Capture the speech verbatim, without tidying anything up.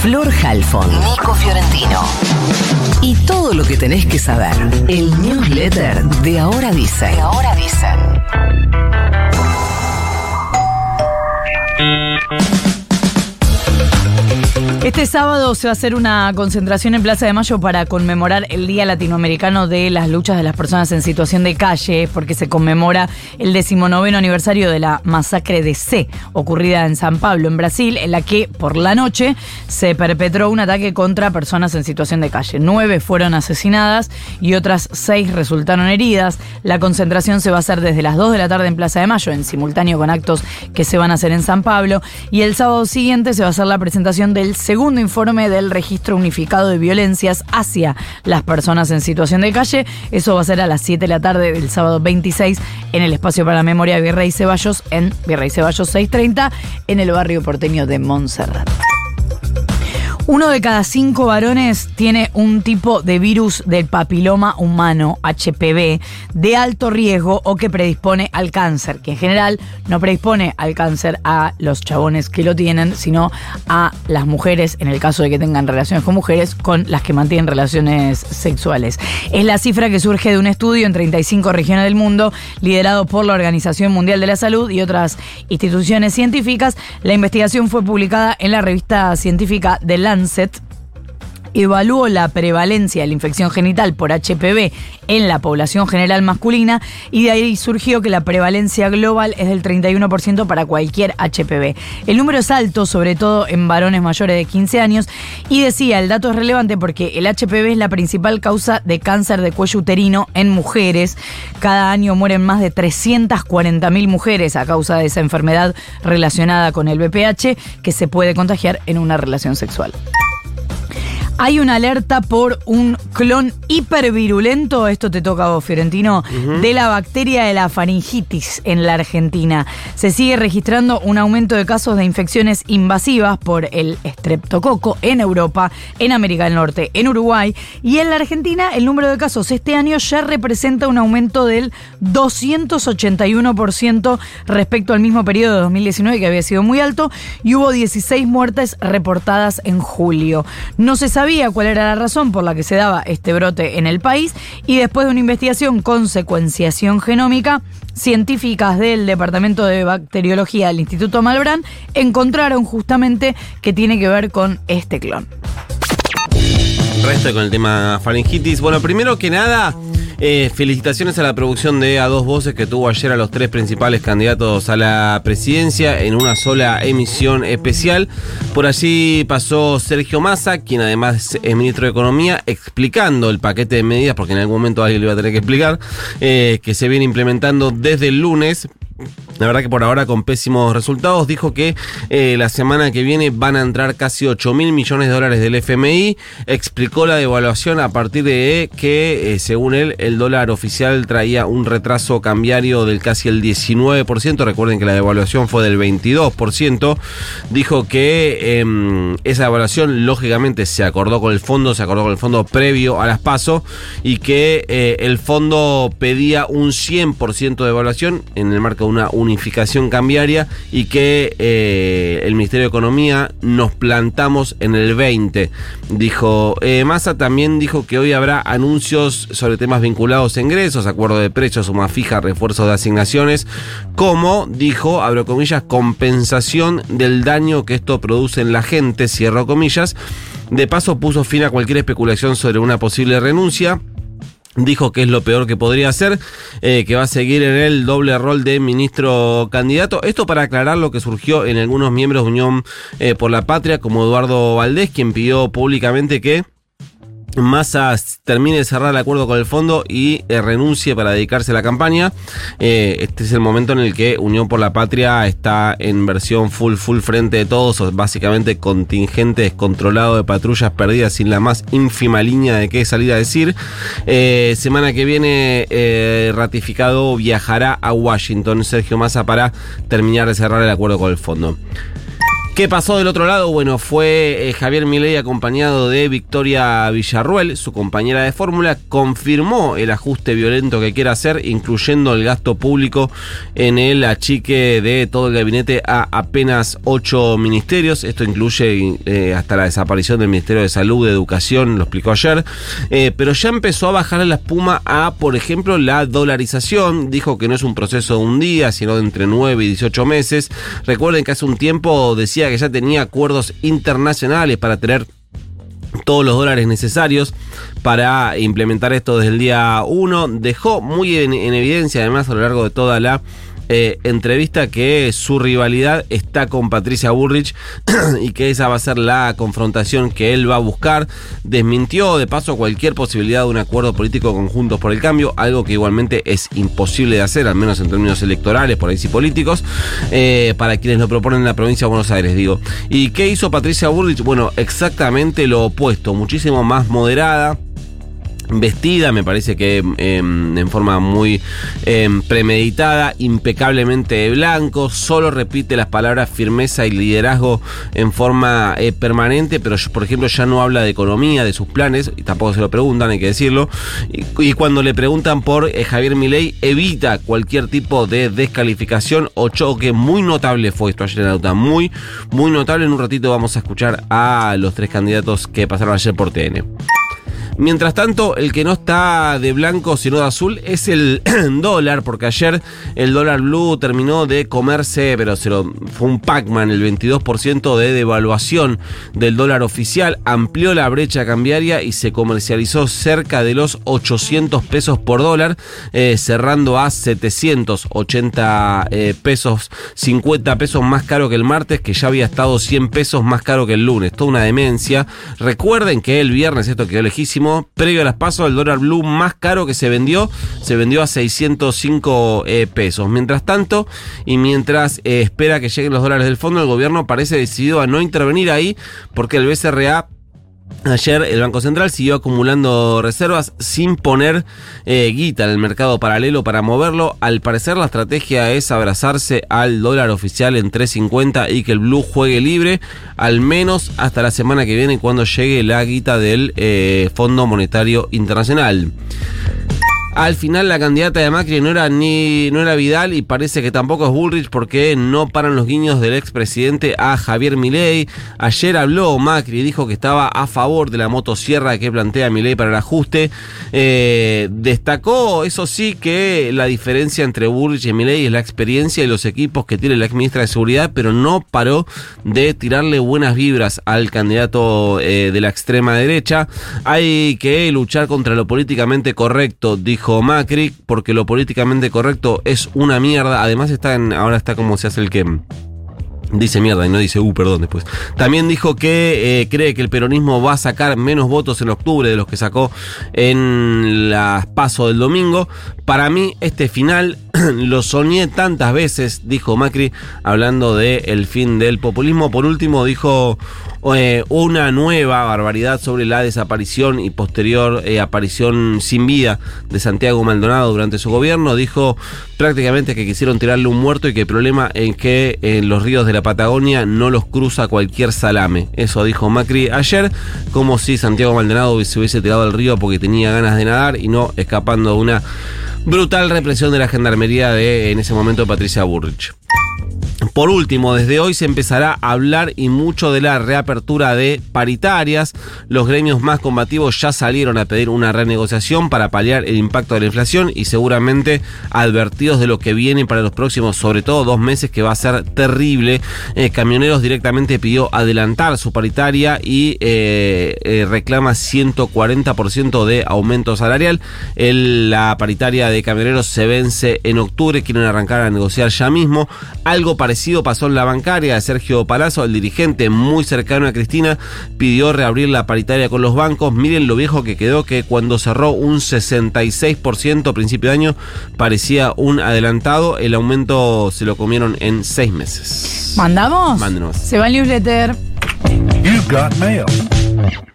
Flor Halfon, Nico Fiorentino. Y todo lo que tenés que saber. El newsletter de Ahora Dicen. De Ahora Dicen. Este sábado se va a hacer una concentración en Plaza de Mayo para conmemorar el Día Latinoamericano de las Luchas de las Personas en Situación de Calle, porque se conmemora el decimonoveno aniversario de la masacre de C, ocurrida en San Pablo, en Brasil, en la que por la noche se perpetró un ataque contra personas en situación de calle. Nueve fueron asesinadas y otras seis resultaron heridas. La concentración se va a hacer desde las dos de la tarde en Plaza de Mayo, en simultáneo con actos que se van a hacer en San Pablo, y el sábado siguiente se va a hacer la presentación del segundo Segundo informe del Registro Unificado de Violencias hacia las personas en situación de calle. Eso va a ser a las siete de la tarde del sábado veintiséis en el Espacio para la Memoria Virrey Ceballos, en Virrey Ceballos seiscientos treinta, en el barrio porteño de Montserrat. Uno de cada cinco varones tiene un tipo de virus del papiloma humano, H P V, de alto riesgo o que predispone al cáncer, que en general no predispone al cáncer a los chabones que lo tienen, sino a las mujeres, en el caso de que tengan relaciones con mujeres, con las que mantienen relaciones sexuales. Es la cifra que surge de un estudio en treinta y cinco regiones del mundo, liderado por la Organización Mundial de la Salud y otras instituciones científicas. La investigación fue publicada en la revista científica The Lancet. Evaluó la prevalencia de la infección genital por H P V en la población general masculina y de ahí surgió que la prevalencia global es del treinta y uno por ciento para cualquier H P V. El número es alto, sobre todo en varones mayores de quince años, y decía, el dato es relevante porque el H P V es la principal causa de cáncer de cuello uterino en mujeres. Cada año mueren más de trescientas cuarenta mil mujeres a causa de esa enfermedad relacionada con el V P H que se puede contagiar en una relación sexual. Hay una alerta por un clon hipervirulento, esto te toca a vos, Fiorentino, uh-huh. de la bacteria de la faringitis en la Argentina. Se sigue registrando un aumento de casos de infecciones invasivas por el estreptococo en Europa, en América del Norte, en Uruguay, y en la Argentina el número de casos este año ya representa un aumento del doscientos ochenta y uno por ciento respecto al mismo periodo de dos mil diecinueve, que había sido muy alto, y hubo dieciséis muertes reportadas en julio. No se sabe sabía cuál era la razón por la que se daba este brote en el país, y después de una investigación con secuenciación genómica, científicas del Departamento de Bacteriología del Instituto Malbrán encontraron justamente que tiene que ver con este clon. Resto con el tema faringitis. Bueno, primero que nada, Eh, felicitaciones a la producción de A Dos Voces, que tuvo ayer a los tres principales candidatos a la presidencia en una sola emisión especial. Por allí pasó Sergio Massa, quien además es ministro de Economía, explicando el paquete de medidas, porque en algún momento alguien lo iba a tener que explicar, eh, que se viene implementando desde el lunes. La verdad que por ahora con pésimos resultados. Dijo que eh, la semana que viene van a entrar casi ocho mil millones de dólares del F M I. Explicó la devaluación a partir de que, eh, según él, el dólar oficial traía un retraso cambiario del casi el diecinueve por ciento. Recuerden que la devaluación fue del veintidós por ciento. Dijo que eh, esa devaluación, lógicamente, se acordó con el fondo, se acordó con el fondo previo a las PASO, y que eh, el fondo pedía un cien por ciento de devaluación en el marco de una unificación cambiaria, y que eh, el Ministerio de Economía nos plantamos en el veinte, dijo. Eh, Massa también dijo que hoy habrá anuncios sobre temas vinculados a ingresos, acuerdo de precios, suma fija, refuerzo de asignaciones, como, dijo, abro comillas, compensación del daño que esto produce en la gente, cierro comillas. De paso puso fin a cualquier especulación sobre una posible renuncia. Dijo que es lo peor que podría hacer, eh, que va a seguir en el doble rol de ministro candidato. Esto para aclarar lo que surgió en algunos miembros de Unión eh, por la Patria, como Eduardo Valdés, quien pidió públicamente que Massa termine de cerrar el acuerdo con el fondo y eh, renuncie para dedicarse a la campaña. Eh, este es el momento en el que Unión por la Patria está en versión full full frente de todos, o básicamente contingente descontrolado de patrullas perdidas sin la más ínfima línea de qué salir a decir. Eh, semana que viene eh, ratificado viajará a Washington Sergio Massa para terminar de cerrar el acuerdo con el fondo. ¿Qué pasó del otro lado? Bueno, fue eh, Javier Milei acompañado de Victoria Villarruel, su compañera de fórmula, confirmó el ajuste violento que quiere hacer, incluyendo el gasto público en el achique de todo el gabinete a apenas ocho ministerios. Esto incluye eh, hasta la desaparición del Ministerio de Salud, de Educación, lo explicó ayer. Eh, pero ya empezó a bajarle la espuma a, por ejemplo, la dolarización. Dijo que no es un proceso de un día, sino de entre nueve y dieciocho meses. Recuerden que hace un tiempo decía que ya tenía acuerdos internacionales para tener todos los dólares necesarios para implementar esto desde el día uno. Dejó muy en, en evidencia, además, a lo largo de toda la eh, entrevista, que su rivalidad está con Patricia Bullrich y que esa va a ser la confrontación que él va a buscar. Desmintió, de paso, cualquier posibilidad de un acuerdo político conjuntos por el cambio, algo que igualmente es imposible de hacer, al menos en términos electorales, por ahí sí políticos, eh, para quienes lo proponen en la provincia de Buenos Aires, digo. ¿Y qué hizo Patricia Bullrich? Bueno, exactamente lo opuesto, muchísimo más moderada, vestida, me parece que eh, en forma muy eh, premeditada, impecablemente de blanco, solo repite las palabras firmeza y liderazgo en forma eh, permanente, pero por ejemplo ya no habla de economía, de sus planes, y tampoco se lo preguntan, hay que decirlo, y, y cuando le preguntan por eh, Javier Milei, evita cualquier tipo de descalificación o choque. Muy notable fue esto ayer en la nota, muy, muy notable. En un ratito vamos a escuchar a los tres candidatos que pasaron ayer por T N. Mientras tanto, el que no está de blanco sino de azul es el dólar, porque ayer el dólar blue terminó de comerse, pero se lo, fue un Pac-Man, el veintidós por ciento de devaluación del dólar oficial, amplió la brecha cambiaria y se comercializó cerca de los ochocientos pesos por dólar, eh, cerrando a setecientos ochenta eh, pesos, cincuenta pesos más caro que el martes, que ya había estado cien pesos más caro que el lunes. Toda una demencia. Recuerden que el viernes esto quedó lejísimo. Previo a las pasos, el dólar blue más caro que se vendió, se vendió a seiscientos cinco eh, pesos. Mientras tanto, y mientras eh, espera que lleguen los dólares del fondo, el gobierno parece decidido a no intervenir ahí, porque el B C R A, ayer el Banco Central siguió acumulando reservas sin poner eh, guita en el mercado paralelo para moverlo. Al parecer la estrategia es abrazarse al dólar oficial en tres cincuenta y que el blue juegue libre, al menos hasta la semana que viene, cuando llegue la guita del eh, Fondo Monetario Internacional. Al final la candidata de Macri no era ni no era Vidal y parece que tampoco es Bullrich, porque no paran los guiños del expresidente a Javier Milei. Ayer habló Macri y dijo que estaba a favor de la motosierra que plantea Milei para el ajuste. Eh, destacó, eso sí, que la diferencia entre Bullrich y Milei es la experiencia y los equipos que tiene la exministra de Seguridad, pero no paró de tirarle buenas vibras al candidato eh, de la extrema derecha. Hay que luchar contra lo políticamente correcto, dijo Macri, porque lo políticamente correcto es una mierda. Además está en, ahora está como se hace el que dice mierda y no dice uh, perdón después. También dijo que eh, cree que el peronismo va a sacar menos votos en octubre de los que sacó en las PASO del domingo. Para mí este final lo soñé tantas veces, dijo Macri, hablando del fin del populismo. Por último dijo eh, una nueva barbaridad sobre la desaparición y posterior eh, aparición sin vida de Santiago Maldonado durante su gobierno. Dijo prácticamente que quisieron tirarle un muerto y que el problema es que en los ríos de la Patagonia no los cruza cualquier salame. Eso dijo Macri ayer, como si Santiago Maldonado se hubiese tirado al río porque tenía ganas de nadar y no escapando de una brutal represión de la gendarmería de, en ese momento, Patricia Bullrich. Por último, desde hoy se empezará a hablar y mucho de la reapertura de paritarias. Los gremios más combativos ya salieron a pedir una renegociación para paliar el impacto de la inflación y seguramente advertidos de lo que viene para los próximos, sobre todo dos meses, que va a ser terrible. Eh, Camioneros directamente pidió adelantar su paritaria y eh, eh, reclama ciento cuarenta por ciento de aumento salarial. El, la paritaria de camioneros se vence en octubre, quieren arrancar a negociar ya mismo. Algo parecido pasó en la bancaria de Sergio Palazzo. El dirigente muy cercano a Cristina pidió reabrir la paritaria con los bancos. Miren lo viejo que quedó, que cuando cerró un sesenta y seis por ciento a principio de año parecía un adelantado. El aumento se lo comieron en seis meses. ¿Mandamos? Mándenos. Se va el newsletter. You've got mail.